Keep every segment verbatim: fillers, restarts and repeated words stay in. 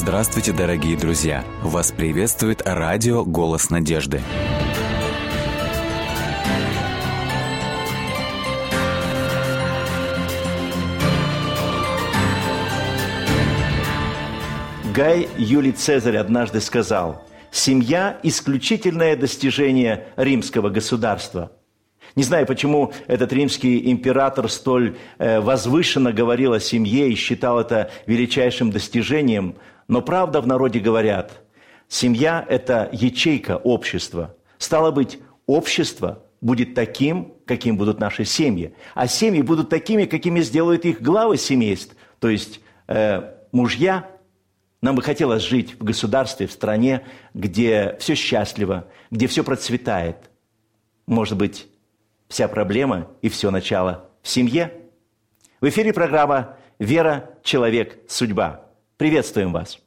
Здравствуйте, дорогие друзья! Вас приветствует радио «Голос надежды». Гай Юлий Цезарь однажды сказал: «Семья – исключительное достижение римского государства». Не знаю, почему этот римский император столь э, возвышенно говорил о семье и считал это величайшим достижением, но правда в народе говорят: семья – это ячейка общества. Стало быть, общество будет таким, каким будут наши семьи, а семьи будут такими, какими сделают их главы семейств, то есть э, мужья. Нам бы хотелось жить в государстве, в стране, где все счастливо, где все процветает. Может быть, вся проблема и все начало в семье? В эфире программа «Вера, человек, судьба». Приветствуем вас.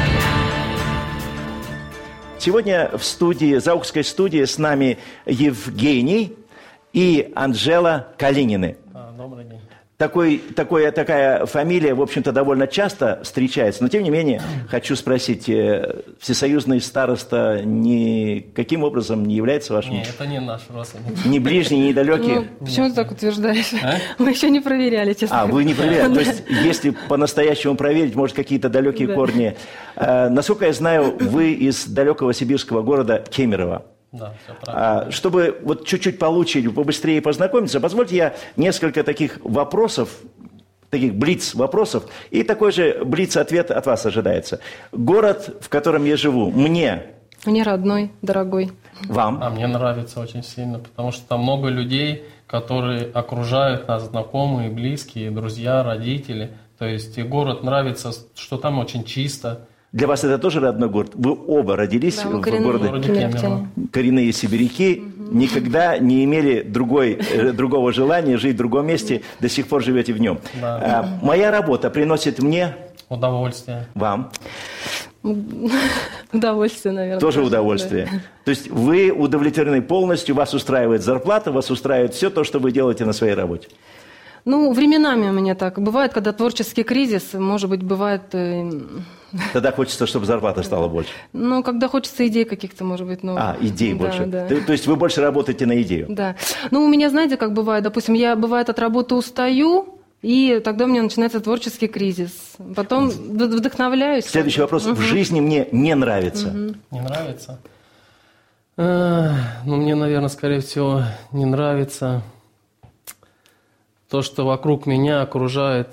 Сегодня в студии, Заукской студии с нами Евгений и Анжела Калинины. А, добрый день. Такой, такой, такая фамилия, в общем-то, довольно часто встречается. Но, тем не менее, хочу спросить, всесоюзный староста ни, каким образом не является вашим? Нет, это не наш родственник. Ни ближний, ни далекий? Ну, почему ты так утверждаешь? А? Мы еще не проверяли, честно. А, вы не проверяли? То есть, если по-настоящему проверить, может, какие-то далекие Да. корни. А, насколько я знаю, вы из далекого сибирского города Кемерово. Да, все правильно. А, чтобы вот чуть-чуть получить, побыстрее познакомиться, позвольте я несколько таких вопросов, таких блиц-вопросов, и такой же блиц-ответ от вас ожидается. Город, в котором я живу, мне... Мне родной, дорогой. Вам? А мне нравится очень сильно, потому что там много людей, которые окружают нас, знакомые, близкие, друзья, родители. То есть и город нравится, что там очень чисто. Для вас это тоже родной город? Вы оба родились Да, в коренные городе? кемеровчане. Коренные сибиряки, угу. Никогда не имели другой, э, другого желания жить в другом месте, до сих пор живете в нем. Да. А, моя работа приносит мне... Удовольствие. Вам? Удовольствие, наверное. Тоже удовольствие. Да. То есть вы удовлетворены полностью, вас устраивает зарплата, вас устраивает все то, что вы делаете на своей работе? Ну, временами у меня так. Бывает, когда творческий кризис, может быть, бывает... э, Тогда хочется, чтобы зарплата стала больше. Ну, когда хочется идей каких-то, может быть. Ну, а, идей да, больше. Да. То, то есть вы больше работаете на идею? Да. Ну, у меня, знаете, как бывает, допустим, я, бывает, от работы устаю, и тогда у меня начинается творческий кризис. Потом вдохновляюсь. Следующий вопрос. Угу. В жизни мне не нравится. Угу. Не нравится? А, ну, мне, наверное, скорее всего, не нравится то, что вокруг меня окружает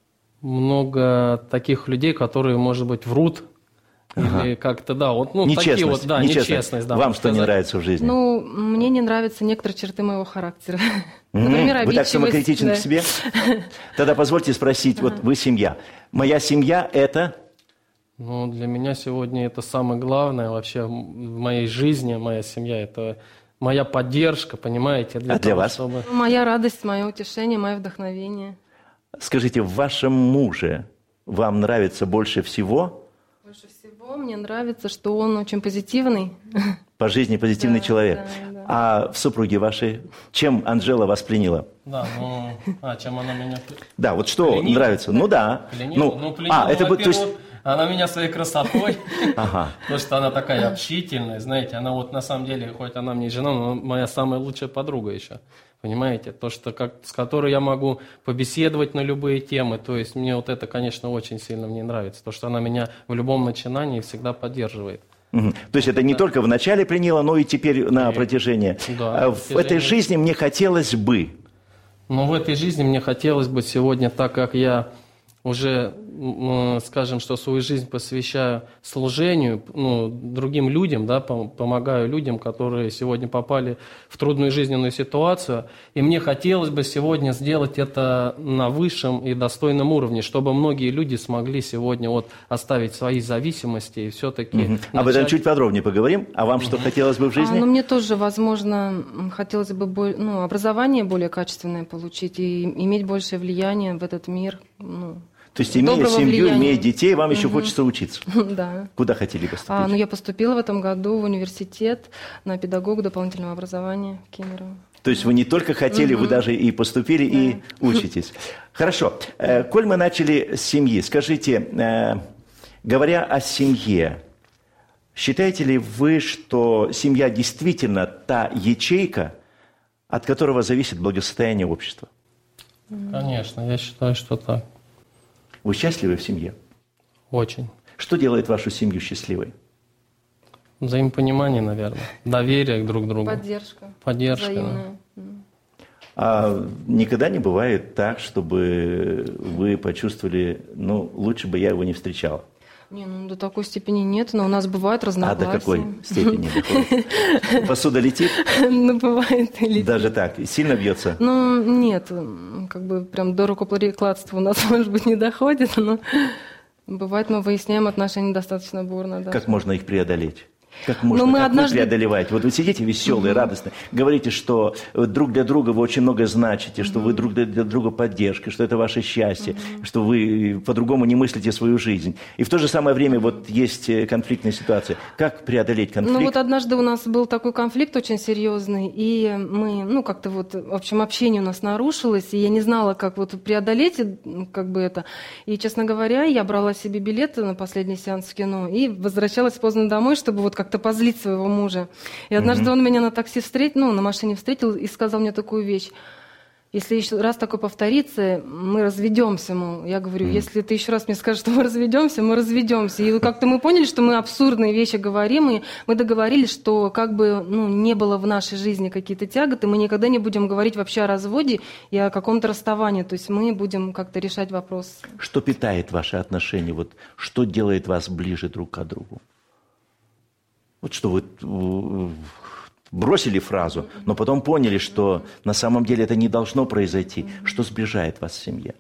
много таких людей, которые, может быть, врут. Ага. Или как-то, да, вот, ну, такие вот, да, нечестность. нечестность. Да, вам что сказать. Не нравится в жизни? Ну, мне не нравятся некоторые черты моего характера. Mm-hmm. Например, вы так самокритичны да. к себе? Тогда позвольте спросить, вот вы семья. Моя семья – это… Ну, для меня сегодня это самое главное вообще в моей жизни, моя семья – это моя поддержка, понимаете? Для а того, для вас? Чтобы... Моя радость, мое утешение, мое вдохновение. Скажите, в вашем муже вам нравится больше всего? Больше всего мне нравится, что он очень позитивный. По жизни позитивный да, человек. Да, да. А в супруге вашей, чем Анжела вас пленила? Да, ну, а чем она меня... Да, вот что пленила? нравится? Ну да. Пленила? Ну, ну, пленила, а, это во-первых, то есть... она меня своей красотой, ага. потому что она такая общительная, знаете, она вот на самом деле, хоть она мне жена, но моя самая лучшая подруга еще. Понимаете, то, что как, с которой я могу побеседовать на любые темы, то есть мне вот это, конечно, очень сильно мне нравится, то, что она меня в любом начинании всегда поддерживает. Угу. То есть это не да. только в начале пленила, но и теперь на и, протяжении. Да, в протяжении. Этой жизни мне хотелось бы. Но в этой жизни мне хотелось бы сегодня, так как я уже, скажем, что свою жизнь посвящаю служению, ну, другим людям, да, помогаю людям, которые сегодня попали в трудную жизненную ситуацию. И мне хотелось бы сегодня сделать это на высшем и достойном уровне, чтобы многие люди смогли сегодня вот оставить свои зависимости и все-таки... Угу. Начать... Об этом чуть подробнее поговорим. А вам угу. что хотелось бы в жизни? А, ну, мне тоже, возможно, хотелось бы ну, образование более качественное получить и иметь большее влияние в этот мир, ну... То есть, имея Доброго семью, влияния. имея детей, вам еще угу. хочется учиться? Да. Куда хотели поступить? А, ну, я поступила в этом году в университет на педагога дополнительного образования в Кемерово. То есть вы не только хотели, угу. вы даже и поступили, да. и учитесь. Хорошо. Э, коль мы начали с семьи, скажите, э, Говоря о семье, считаете ли вы, что семья действительно та ячейка, от которого зависит благосостояние общества? Конечно, я считаю, что так. Вы счастливы в семье? Очень. Что делает вашу семью счастливой? Взаимопонимание, наверное. Доверие друг к другу. Поддержка. Поддержка. Взаимная. Да. А никогда не бывает так, чтобы вы почувствовали, ну, лучше бы я его не встречала? Не, ну до такой степени нет, но у нас бывают разногласия. А до какой степени доходит? Посуда летит? Ну, бывает и летит. Даже так? Сильно бьется? Ну, нет, как бы прям до рукоприкладства у нас, может быть, не доходит, но бывает, мы выясняем отношения достаточно бурно. Да. Как можно их преодолеть? Как можно, мы как однажды... вы преодолеваете? Вот вы сидите веселые, угу. радостные, говорите, что друг для друга вы очень многое значите, угу. что вы друг для друга поддержка, что это ваше счастье, угу. что вы по-другому не мыслите свою жизнь. И в то же самое время вот есть конфликтная ситуация. Как преодолеть конфликт? Ну вот однажды у нас был такой конфликт очень серьезный, и мы, ну как-то вот, в общем, общение у нас нарушилось, и я не знала, как вот преодолеть как бы это. И, честно говоря, я брала себе билеты на последний сеанс в кино и возвращалась поздно домой, чтобы вот как как-то позлить своего мужа. И однажды угу. он меня на такси встретил, ну, на машине встретил и сказал мне такую вещь. Если еще раз такое повторится, мы разведемся, мол. Я говорю, mm. если ты еще раз мне скажешь, что мы разведемся, мы разведемся. И как-то мы поняли, что мы абсурдные вещи говорим, и мы договорились, что как бы ну, не было в нашей жизни какие-то тяготы, мы никогда не будем говорить вообще о разводе и о каком-то расставании. То есть мы будем как-то решать вопрос. Что питает ваши отношения? Вот что делает вас ближе друг к другу? Вот что вы бросили фразу, но потом поняли, что на самом деле это не должно произойти. Что сближает вас в семье?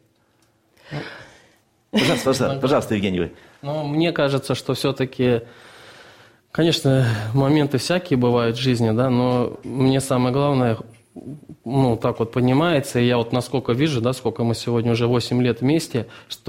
Пожалуйста, пожалуйста, пожалуйста, Евгений. Вы. Ну, мне кажется, что все-таки, конечно, моменты всякие бывают в жизни, да, но мне самое главное, ну, так вот понимается, и я вот насколько вижу, да, сколько мы сегодня уже восемь лет вместе,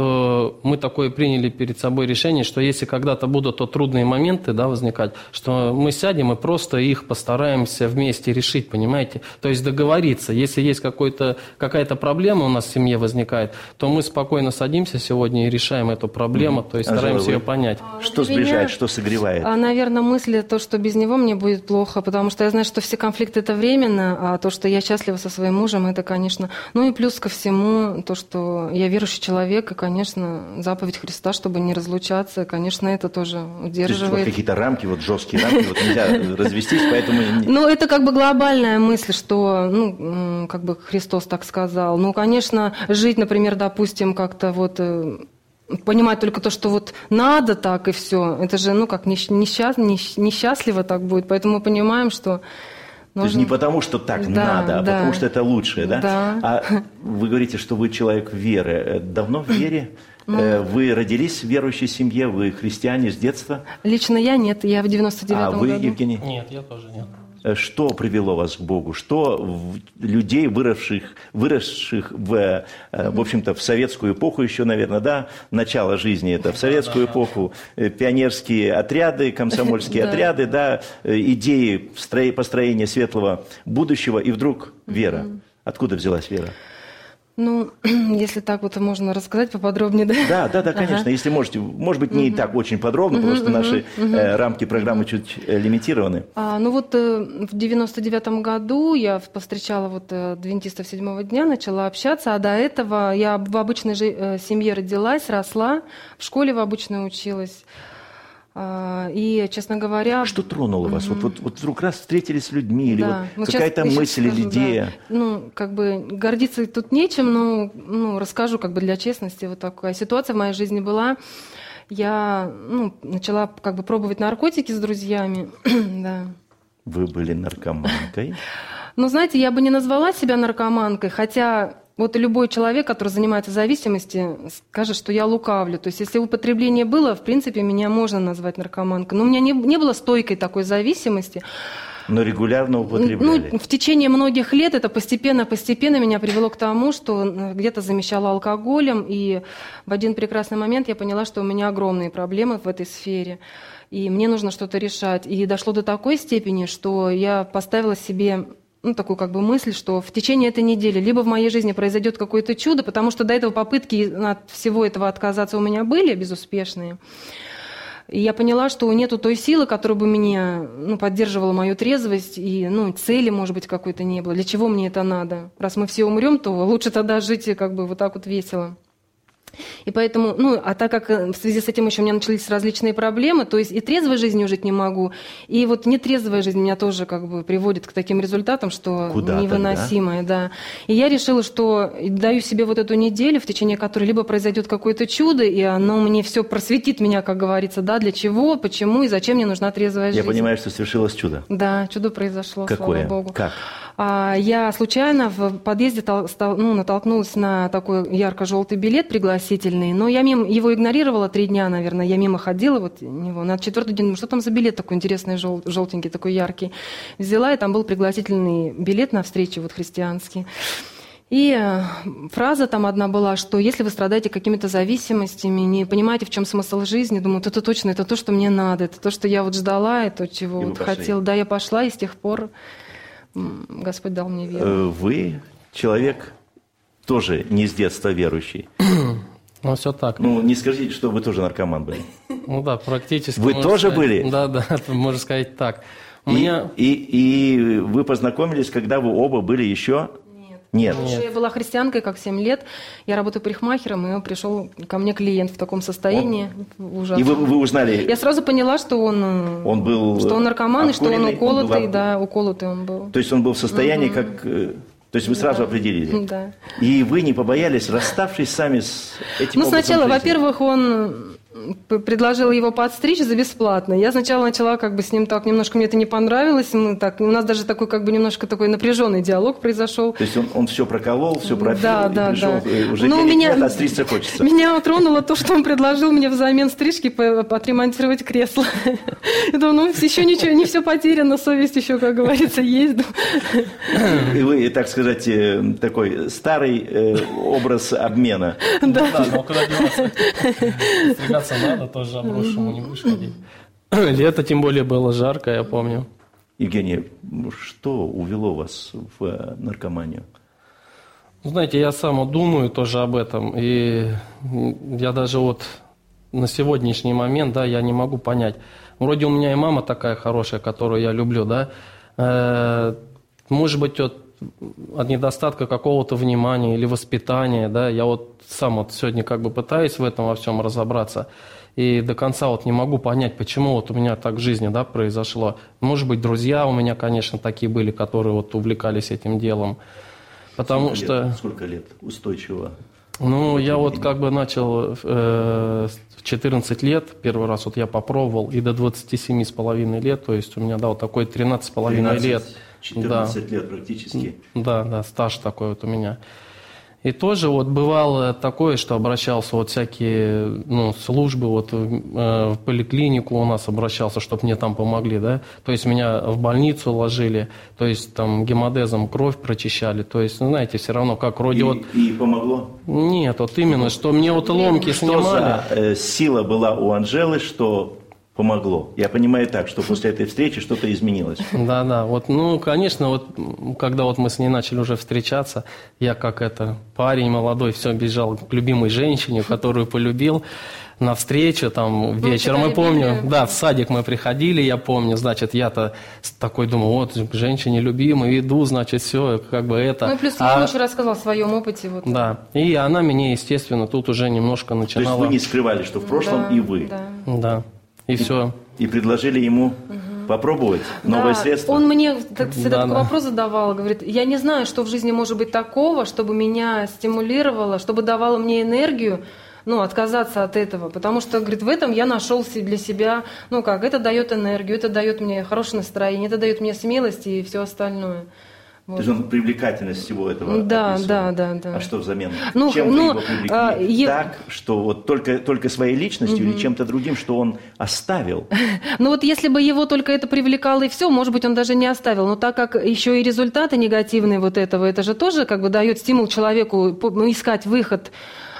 что мы такое приняли перед собой решение, что если когда-то будут то трудные моменты, да, возникать, что мы сядем и просто их постараемся вместе решить, понимаете? То есть договориться. Если есть какой-то, какая-то проблема у нас в семье возникает, то мы спокойно садимся сегодня и решаем эту проблему, mm-hmm. то есть стараемся Анжела, ее понять. Что сближает, что согревает? Наверное, мысль, то, что без него мне будет плохо, потому что я знаю, что все конфликты – это временно, а то, что я счастлива со своим мужем, это, конечно... Ну и плюс ко всему, то, что я верующий человек, и, конечно, заповедь Христа, чтобы не разлучаться, конечно, это тоже удерживает. То есть вот какие-то рамки, вот жесткие рамки, вот нельзя развестись, поэтому... Ну, это как бы глобальная мысль, что, ну, как бы Христос так сказал. Ну, конечно, жить, например, допустим, как-то вот... понимать только то, что вот надо так и все, это же, ну, как несчаст, несчастливо так будет, поэтому мы понимаем, что... То есть не потому, что так да, надо, а да. потому, что это лучшее, да? Да. А вы говорите, что вы человек веры. Давно в вере? Ну, вы родились в верующей семье? Вы христиане с детства? Лично я нет, я в девяносто девятом году. А вы, году. Евгений? Нет, я тоже нет. Что привело вас к Богу? Что людей, выросших, выросших в, в общем-то, в советскую эпоху еще, наверное, да, начало жизни это, в советскую эпоху, пионерские отряды, комсомольские отряды, да, идеи построения светлого будущего, и вдруг вера. Откуда взялась вера? Ну, если так вот можно рассказать поподробнее, да? Да, да, да, конечно, ага. если можете. Может быть, не uh-huh. так очень подробно, uh-huh, потому что uh-huh, наши uh-huh. э, рамки программы чуть э, лимитированы. А, ну вот э, в девяносто девятом году я повстречала вот э, адвентистов седьмого дня, начала общаться, а до этого я в обычной же, э, семье родилась, росла, в школе в обычной училась. И, честно говоря... Что тронуло угу. вас? Вот, вот, вот вдруг раз встретились с людьми, или да. вот какая-то мысль или идея? Да. Ну, как бы гордиться тут нечем, но ну, расскажу как бы для честности. Вот такая ситуация в моей жизни была. Я ну, начала как бы пробовать наркотики с друзьями. да. Вы были наркоманкой? Ну, знаете, я бы не назвала себя наркоманкой, хотя... Вот любой человек, который занимается зависимостью, скажет, что я лукавлю. То есть если употребление было, в принципе, меня можно назвать наркоманкой. Но у меня не, не было стойкой такой зависимости. Но регулярно употребляли? Ну, в течение многих лет это постепенно-постепенно меня привело к тому, что где-то замещала алкоголем. И в один прекрасный момент я поняла, что у меня огромные проблемы в этой сфере. И мне нужно что-то решать. И дошло до такой степени, что я поставила себе... ну, такую как бы мысль, что в течение этой недели либо в моей жизни произойдет какое-то чудо, потому что до этого попытки от всего этого отказаться у меня были безуспешные. И я поняла, что нету той силы, которая бы меня, ну, поддерживала мою трезвость, и, ну, цели, может быть, какой-то не было. Для чего мне это надо? Раз мы все умрем, то лучше тогда жить как бы вот так вот весело. И поэтому, ну, а так как в связи с этим еще у меня начались различные проблемы, то есть и трезвой жизнью жить не могу, и вот нетрезвая жизнь меня тоже как бы приводит к таким результатам, что куда-то, невыносимое, да? да. И я решила, что даю себе вот эту неделю, в течение которой либо произойдет какое-то чудо, и оно мне все просветит меня, как говорится, да, для чего, почему и зачем мне нужна трезвая жизнь. Я понимаю, что свершилось чудо. Да, чудо произошло, Какое? слава Богу. Как? Я случайно в подъезде ну, натолкнулась на такой ярко-желтый билет пригласительный, но я мимо, его игнорировала три дня, наверное. Я мимо ходила вот него. На четвертый день, ну что там за билет такой интересный, жел, желтенький, такой яркий. Взяла, и там был пригласительный билет на встречу вот христианский. И фраза там одна была, что если вы страдаете какими-то зависимостями, не понимаете, в чем смысл жизни, думаю, это точно, это то, что мне надо, это то, что я вот ждала, и то, чего вот хотела. Да, я пошла, и с тех пор Господь дал мне веру. Вы человек тоже не с детства верующий. Ну, все так. Ну, не скажите, что вы тоже наркоман были. Ну да, практически. Вы тоже сказать. были? Да, да, можно сказать так. У и, меня... и, и вы познакомились, когда вы оба были еще... Нет. Нет. Я была христианкой, как семь лет. Я работаю парикмахером, и пришел ко мне клиент в таком состоянии. Он... И вы, вы узнали... Я сразу поняла, что он, он был что он наркоман, и что он уколотый. Он был... Да, уколотый он был. То есть он был в состоянии, угу. как... То есть вы сразу да. определили? Да. И вы не побоялись, расставшись сами с этим Ну, сначала, жизни? во-первых, он предложил его подстричь за бесплатно. Я сначала начала как бы с ним так, немножко мне это не понравилось. Мы так, у нас даже такой как бы немножко такой напряженный диалог произошел. То есть он, он все проколол, все пропил, да, и да, пришел, да. и уже ну, денег меня, нет, а стричься хочется. Меня утронуло то, что он предложил мне взамен стрижки отремонтировать кресло. Я думаю, ну, еще ничего, не все потеряно, совесть еще, как говорится, есть. И вы, так сказать, такой старый образ обмена. Да, но куда деваться? Стригаться надо, тоже обрушему не будешь ходить. Лето, тем более, было жарко, я помню. Евгений, что увело вас в наркоманию? Знаете, я сам вот думаю тоже об этом. И я даже вот на сегодняшний момент, да, я не могу понять. Вроде у меня и мама такая хорошая, которую я люблю, да. Может быть, вот от недостатка какого-то внимания или воспитания, да, я вот сам вот сегодня как бы пытаюсь в этом во всем разобраться, и до конца вот не могу понять, почему вот у меня так в жизни, да, произошло. Может быть, друзья у меня, конечно, такие были, которые вот увлекались этим делом, потому сколько что... Лет, сколько лет устойчиво? Ну, я вот как бы начал э, в четырнадцать лет, первый раз вот я попробовал, и до двадцати семи с половиной лет, то есть у меня, да, вот такой тринадцать с половиной лет. четырнадцать да. лет практически. Да, да, стаж такой вот у меня. И тоже вот бывало такое, что обращался вот всякие, ну, службы, вот э, в поликлинику у нас обращался, чтобы мне там помогли, да. То есть меня в больницу ложили, то есть там гемодезом кровь прочищали, то есть, ну, знаете, все равно как вроде и, вот... И помогло? Нет, вот именно, что мне вот ломки что снимали. За, э, сила была у Анжелы, что... помогло. Я понимаю так, что после этой встречи что-то изменилось. Да, да. Вот, ну, конечно, вот когда вот мы с ней начали уже встречаться, я как это парень молодой, все бежал к любимой женщине, которую полюбил, навстречу там вечером, я помню, Библию. Да, в садик мы приходили, я помню, значит, я-то такой думаю, вот, к женщине любимой иду, значит, все, как бы это. Ну, и плюс а... я еще рассказал о своем опыте. Вот. Да, и она меня, естественно, тут уже немножко начинала... То есть вы не скрывали, что в прошлом да, и вы. Да. Да. И, и все. И предложили ему угу. попробовать новое да, средство. Он мне так, всегда да, такой да. вопрос задавал, говорит, я не знаю, что в жизни может быть такого, чтобы меня стимулировало, чтобы давало мне энергию, ну, отказаться от этого, потому что, говорит, в этом я нашел для себя, ну как, это дает энергию, это дает мне хорошее настроение, это дает мне смелость и все остальное. Вот. То есть он привлекательность всего этого да, описывает. да, да, да. А что взамен? Ну, чем ну, вы его привлекли? А, е... Так, что вот только, только своей личностью угу. или чем-то другим, что он оставил? Ну вот если бы его только это привлекало и все, может быть, он даже не оставил. Но так как еще и результаты негативные вот этого, это же тоже как бы дает стимул человеку искать выход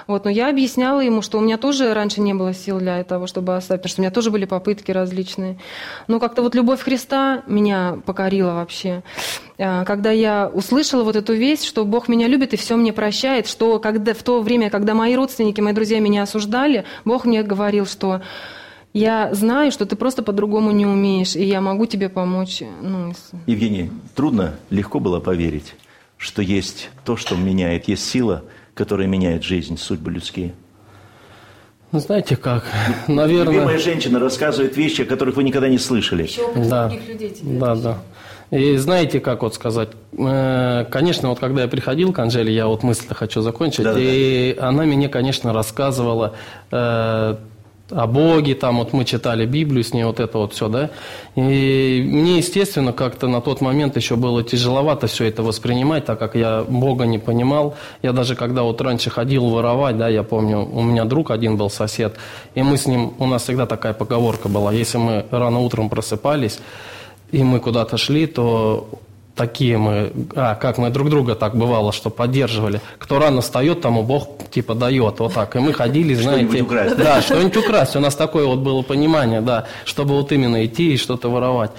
Вот, но я объясняла ему, что у меня тоже раньше не было сил для того, чтобы оставить, потому что у меня тоже были попытки различные. Но как-то вот любовь Христа меня покорила вообще. Когда я услышала вот эту весть, что Бог меня любит и все мне прощает, что когда, в то время, когда мои родственники, мои друзья меня осуждали, Бог мне говорил, что я знаю, что ты просто по-другому не умеешь, и я могу тебе помочь. Ну, Евгений, трудно, легко было поверить, что есть то, что меняет, есть сила, которая меняет жизнь, судьбы людские? Ну, знаете как, наверное... Любимая женщина рассказывает вещи, о которых вы никогда не слышали. Еще опыт да. других людей тебе. Да, да. И знаете, как вот сказать, конечно, вот когда я приходил к Анжеле, я вот мысль хочу закончить, да, и да. она мне, конечно, рассказывала э, о Боге, там вот мы читали Библию с ней, вот это вот все, да, и мне, естественно, как-то на тот момент еще было тяжеловато все это воспринимать, так как я Бога не понимал. Я даже когда вот раньше ходил воровать, да, я помню, у меня друг один был сосед, и мы с ним, у нас всегда такая поговорка была, если мы рано утром просыпались, и мы куда-то шли, то такие мы, а, как мы друг друга так бывало, что поддерживали. Кто рано встает, тому Бог типа дает, вот так. И мы ходили, знаете... Что-нибудь украсть. Да, что-нибудь украсть. У нас такое вот было понимание, да, чтобы вот именно идти и что-то воровать.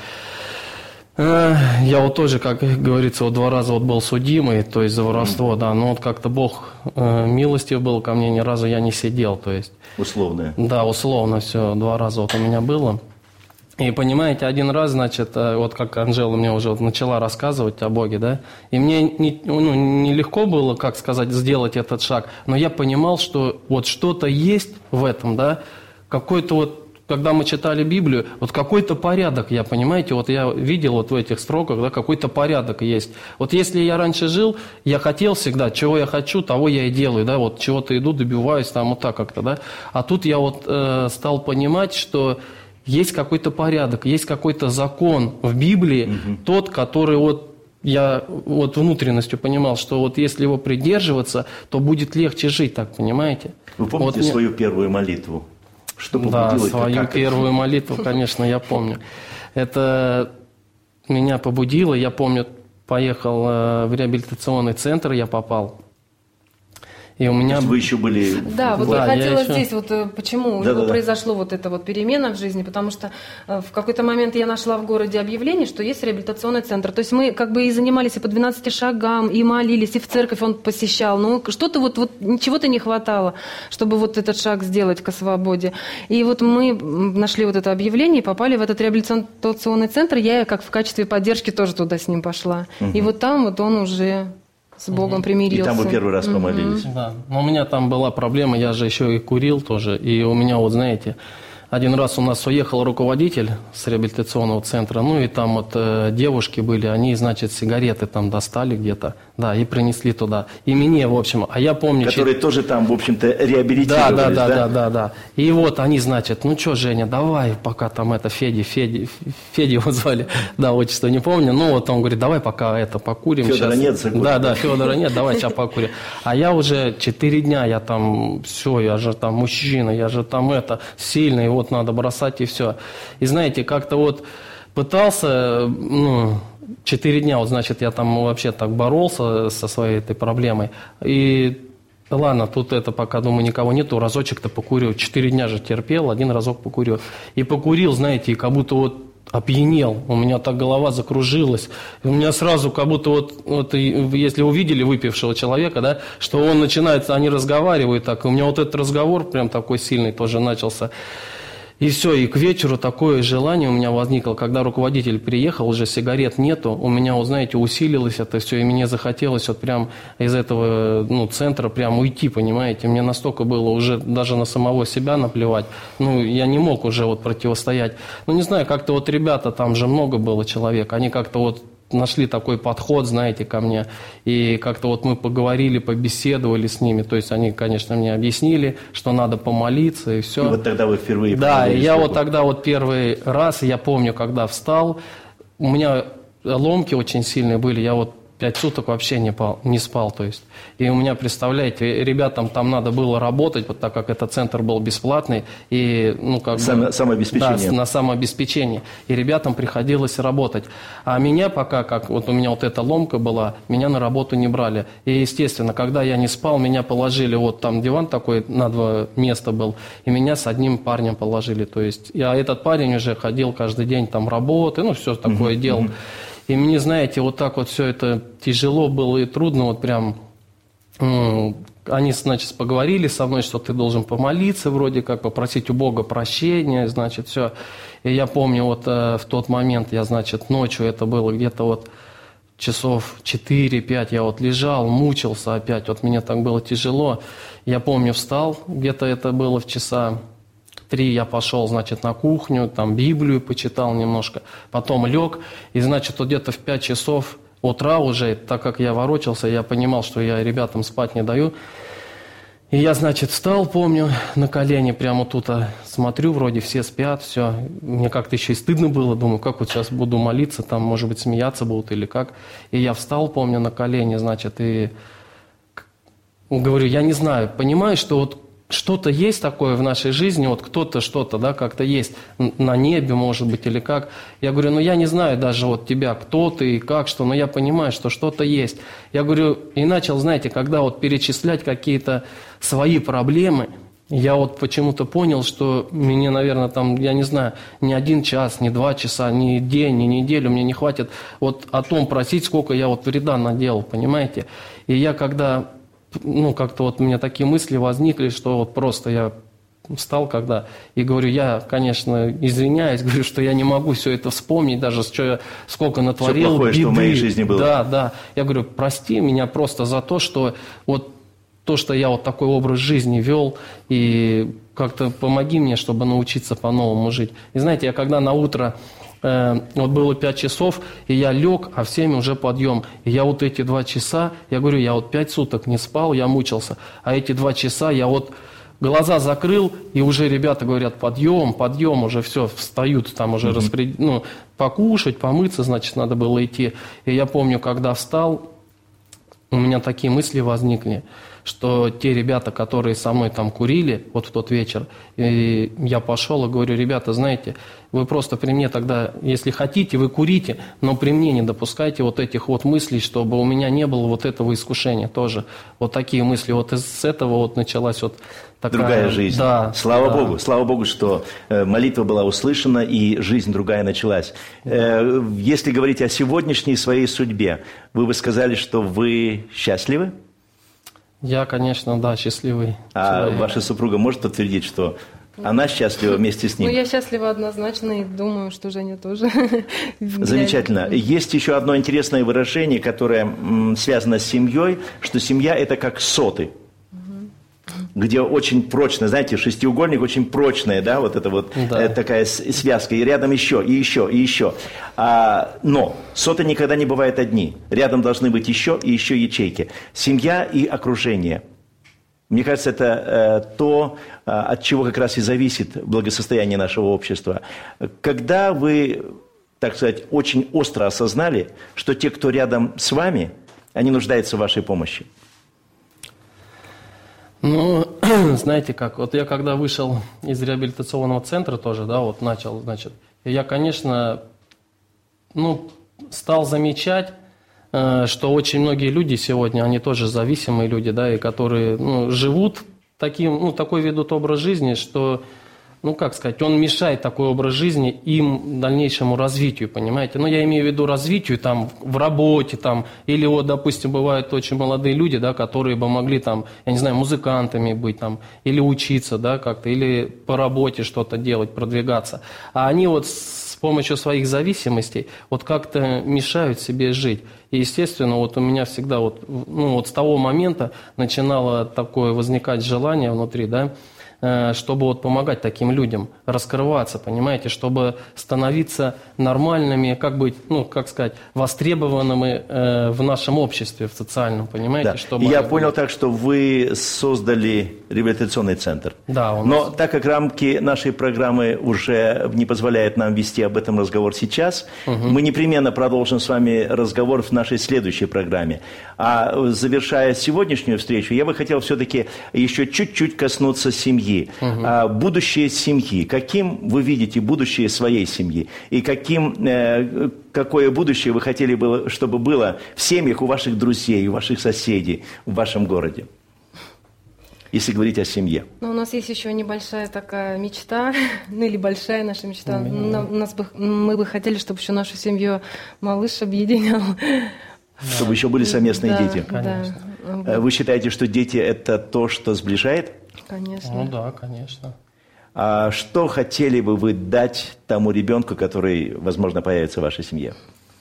Я вот тоже, как говорится, вот два раза вот был судимый, то есть за воровство, да, но вот как-то Бог милостив был ко мне, ни разу я не сидел, то есть... Условное. Да, условно все, два раза вот у меня было. И понимаете, один раз, значит, вот как Анжела мне уже вот начала рассказывать о Боге, да, и мне не, ну, нелегко было, как сказать, сделать этот шаг, но я понимал, что вот что-то есть в этом, да, какой-то вот, когда мы читали Библию, вот какой-то порядок, я, понимаете, вот я видел вот в этих строках, да, какой-то порядок есть. Вот если я раньше жил, я хотел всегда, чего я хочу, того я и делаю, да, вот чего-то иду, добиваюсь, там вот так как-то, да, а тут я вот э, стал понимать, что есть какой-то порядок, есть какой-то закон в Библии, угу. тот, который вот я вот внутренностью понимал, что вот если его придерживаться, то будет легче жить, так понимаете? Вы помните вот свою мне... первую молитву? Что да, свою первую это? молитву, конечно, я помню. Это меня побудило, я помню, поехал в реабилитационный центр, я попал. И у меня... Вы еще были... Да, вот да, я хотела я еще... здесь, вот почему да, да, произошло да. вот эта вот перемена в жизни, потому что в какой-то момент я нашла в городе объявление, что есть реабилитационный центр. То есть мы как бы и занимались и по двенадцати шагам, и молились, и в церковь он посещал. Но что-то вот, вот чего-то не хватало, чтобы вот этот шаг сделать к свободе. И вот мы нашли вот это объявление и попали в этот реабилитационный центр. Я как в качестве поддержки тоже туда с ним пошла. Угу. И вот там вот он уже... с Богом угу. примирился. И там вы первый раз помолились. Угу. Да, но у меня там была проблема, я же еще и курил тоже, и у меня вот, знаете, один раз у нас уехал руководитель с реабилитационного центра, ну и там вот э, девушки были, они, значит, сигареты там достали где-то, да, и принесли туда. И мне, в общем, а я помню... Которые че... тоже там, в общем-то, реабилитировались, да? Да, да, да, да, да, да. И вот они, значит, ну что, Женя, давай, пока там это, Феди, Феди, Феди его звали, да, отчество не помню, ну вот он говорит, давай пока это покурим. Федора сейчас. нет, закурим. Да, да, Федора нет, давай сейчас покурим. А я уже четыре дня, я там, все, я же там мужчина, я же там это, сильный, вот надо бросать и все. И знаете, как-то вот пытался, ну, четыре дня, вот, значит, я там вообще так боролся со своей этой проблемой. И ладно, тут это пока, думаю, никого нету, разочек-то покурю. Четыре дня же терпел, один разок покурю. И покурил, знаете, и как будто вот опьянел. У меня так голова закружилась. И у меня сразу как будто вот, вот, если увидели выпившего человека, да, что он начинает, они разговаривают так. И у меня вот этот разговор прям такой сильный тоже начался. И все, и к вечеру такое желание у меня возникло, когда руководитель приехал, уже сигарет нету, у меня, вот, знаете, усилилось это все, и мне захотелось вот прям из этого, ну, центра прям уйти, понимаете, мне настолько было уже даже на самого себя наплевать, ну, я не мог уже вот противостоять, ну, не знаю, как-то вот ребята, там же много было человек, они как-то вот нашли такой подход, знаете, ко мне, и как-то вот мы поговорили, побеседовали с ними, то есть они, конечно, мне объяснили, что надо помолиться и все. И вот тогда вы впервые Да, и я вот тогда вот первый раз, я помню, когда встал, у меня ломки очень сильные были, я вот пять суток вообще не, пал, не спал, то есть. И у меня, представляете, ребятам там надо было работать, вот так как этот центр был бесплатный, и, ну, как Само, бы... самообеспечение. Да, на самообеспечении. И ребятам приходилось работать. А меня пока, как вот у меня вот эта ломка была, меня на работу не брали. И, естественно, когда я не спал, меня положили, вот там диван такой на два места был, и меня с одним парнем положили, то есть. А этот парень уже ходил каждый день там работы, ну, все такое uh-huh, делал. Uh-huh. И мне, знаете, вот так вот все это тяжело было и трудно, вот прям, ну, они, значит, поговорили со мной, что ты должен помолиться вроде как, попросить у Бога прощения, значит, все. И я помню, вот э, в тот момент, я, значит, ночью, это было где-то вот часов четыре-пять, я вот лежал, мучился опять, вот мне так было тяжело. Я помню, встал, где-то это было в часа три, я пошел, значит, на кухню, там Библию почитал немножко, потом лег, и, значит, вот где-то в пять часов утра уже, так как я ворочался, я понимал, что я ребятам спать не даю, и я, значит, встал, помню, на колени, прямо тут смотрю, вроде все спят, все, мне как-то еще и стыдно было, думаю, как вот сейчас буду молиться, там, может быть, смеяться будут или как, и я встал, помню, на колени, значит, и говорю, я не знаю, понимаю, что вот что-то есть такое в нашей жизни, вот кто-то что-то, да, как-то есть на небе, может быть, или как. Я говорю, ну я не знаю даже вот тебя, кто ты и как, что, но я понимаю, что что-то есть. Я говорю, и начал, знаете, когда вот перечислять какие-то свои проблемы, я вот почему-то понял, что мне, наверное, там, я не знаю, ни один час, ни два часа, ни день, ни неделю мне не хватит вот о том просить, сколько я вот вреда наделал, понимаете. И я когда... Ну, как-то вот у меня такие мысли возникли, что вот просто я встал когда и говорю, я, конечно, извиняюсь, говорю, что я не могу все это вспомнить, даже что я сколько натворил. Все плохое, беды. что в моей жизни было. Да, да. Я говорю, прости меня просто за то, что вот то, что я вот такой образ жизни вел, и как-то помоги мне, чтобы научиться по-новому жить. И знаете, я когда на утро... Вот было пять часов, и я лег, а в семь уже подъем. И я вот эти два часа, я говорю, я вот пять суток не спал, я мучился. А эти два часа я вот глаза закрыл, и уже ребята говорят, подъем, подъем, уже все, встают, там уже mm-hmm. распред... ну, покушать, помыться, значит, надо было идти. И я помню, когда встал, у меня такие мысли возникли, что те ребята, которые со мной там курили, вот в тот вечер, и я пошел и говорю, ребята, знаете, вы просто при мне тогда, если хотите, вы курите, но при мне не допускайте вот этих вот мыслей, чтобы у меня не было вот этого искушения тоже. Вот такие мысли. Вот из этого вот началась вот такая... Другая жизнь. Да. Слава да. Богу, слава Богу, что молитва была услышана и жизнь другая началась. Если говорить о сегодняшней своей судьбе, вы бы сказали, что вы счастливы? Я, конечно, да, счастливый А человек. Ваша супруга может подтвердить, что она счастлива вместе с ним? Ну, я счастлива однозначно и думаю, что Женя тоже. Замечательно. Есть еще одно интересное выражение, которое м, связано с семьей, что семья – это как соты, где очень прочно, знаете, шестиугольник очень прочная, да, вот это вот да. э, такая связка, и рядом еще, и еще, и еще. А, но соты никогда не бывают одни. Рядом должны быть еще и еще ячейки. Семья и окружение. Мне кажется, это э, то, э, от чего как раз и зависит благосостояние нашего общества. Когда вы, так сказать, очень остро осознали, что те, кто рядом с вами, они нуждаются в вашей помощи? Ну, знаете как, вот я когда вышел из реабилитационного центра тоже, да, вот начал, значит, я, конечно, ну, стал замечать, э, что очень многие люди сегодня, они тоже зависимые люди, да, и которые, ну, живут таким, ну, такой ведут образ жизни, что, ну, как сказать, он мешает такой образ жизни им дальнейшему развитию, понимаете? Ну, я имею в виду развитию там в работе, там, или вот, допустим, бывают очень молодые люди, да, которые бы могли там, я не знаю, музыкантами быть там, или учиться, да, как-то, или по работе что-то делать, продвигаться. А они вот с помощью своих зависимостей вот как-то мешают себе жить. И, естественно, вот у меня всегда вот, ну, вот с того момента начинало такое возникать желание внутри, да, чтобы вот помогать таким людям раскрываться, понимаете, чтобы становиться нормальными, как быть, ну, как сказать, востребованными э, в нашем обществе, в социальном, понимаете? Да. Чтобы Я они... понял так, что вы создали реабилитационный центр. Да, у нас... Но так как рамки нашей программы уже не позволяют нам вести об этом разговор сейчас, угу. мы непременно продолжим с вами разговор в нашей следующей программе. А завершая сегодняшнюю встречу, я бы хотел все-таки еще чуть-чуть коснуться семьи. Угу. А, будущее семьи. Каким вы видите будущее своей семьи? И каким, э, какое будущее вы хотели бы, чтобы было в семьях у ваших друзей, у ваших соседей, в вашем городе? Если говорить о семье. Ну, у нас есть еще небольшая такая мечта, ну или большая наша мечта. Mm-hmm. У нас бы, мы бы хотели, чтобы еще нашу семью малыш объединял. Чтобы еще были совместные да, дети. Да. Вы считаете, что дети – это то, что сближает? Конечно. Ну да, конечно. А что хотели бы вы дать тому ребенку, который, возможно, появится в вашей семье?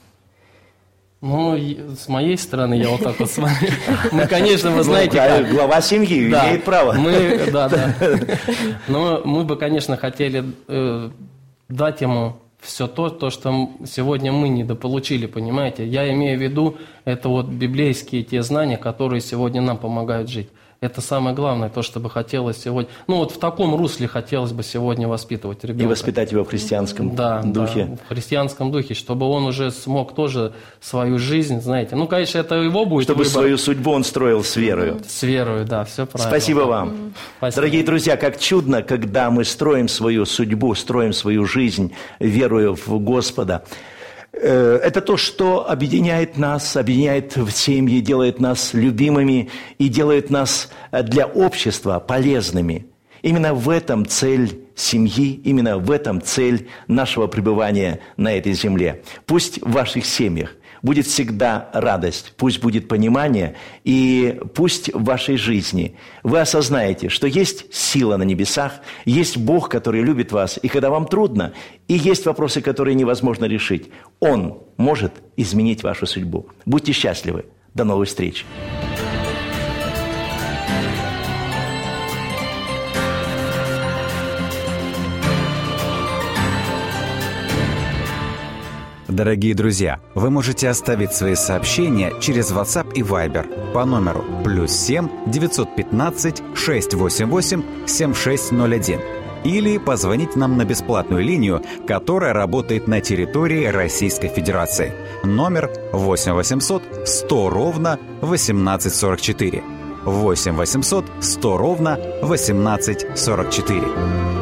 Ну, с моей стороны, я вот так вот смотрю. Мы, конечно, вы знаете, как... Глава семьи да, имеет право. Мы, да, да. Но мы бы, конечно, хотели э, дать ему все то, то, что сегодня мы недополучили, понимаете? Я имею в виду, это вот библейские те знания, которые сегодня нам помогают жить. Это самое главное, то, что бы хотелось сегодня... Ну, вот в таком русле хотелось бы сегодня воспитывать ребенка. И воспитать его в христианском да, духе. Да, в христианском духе, чтобы он уже смог тоже свою жизнь, знаете... Ну, конечно, это его будет Чтобы выбор. свою судьбу он строил с верою. С верою, да, все правильно. Спасибо вам. Спасибо. Дорогие друзья, как чудно, когда мы строим свою судьбу, строим свою жизнь, веруя в Господа. Это то, что объединяет нас, объединяет в семье, делает нас любимыми и делает нас для общества полезными. Именно в этом цель семьи, именно в этом цель нашего пребывания на этой земле. Пусть в ваших семьях будет всегда радость, пусть будет понимание, и пусть в вашей жизни вы осознаете, что есть сила на небесах, есть Бог, который любит вас, и когда вам трудно, и есть вопросы, которые невозможно решить, Он может изменить вашу судьбу. Будьте счастливы. До новых встреч. Дорогие друзья, вы можете оставить свои сообщения через WhatsApp и Viber по номеру плюс семь девятьсот пятнадцать шестьсот восемьдесят восемь семьдесят шесть ноль один или позвонить нам на бесплатную линию, которая работает на территории Российской Федерации. Номер восемь восемьсот сто ровно восемнадцать сорок четыре. восемь восемьсот сто ровно восемнадцать сорок четыре.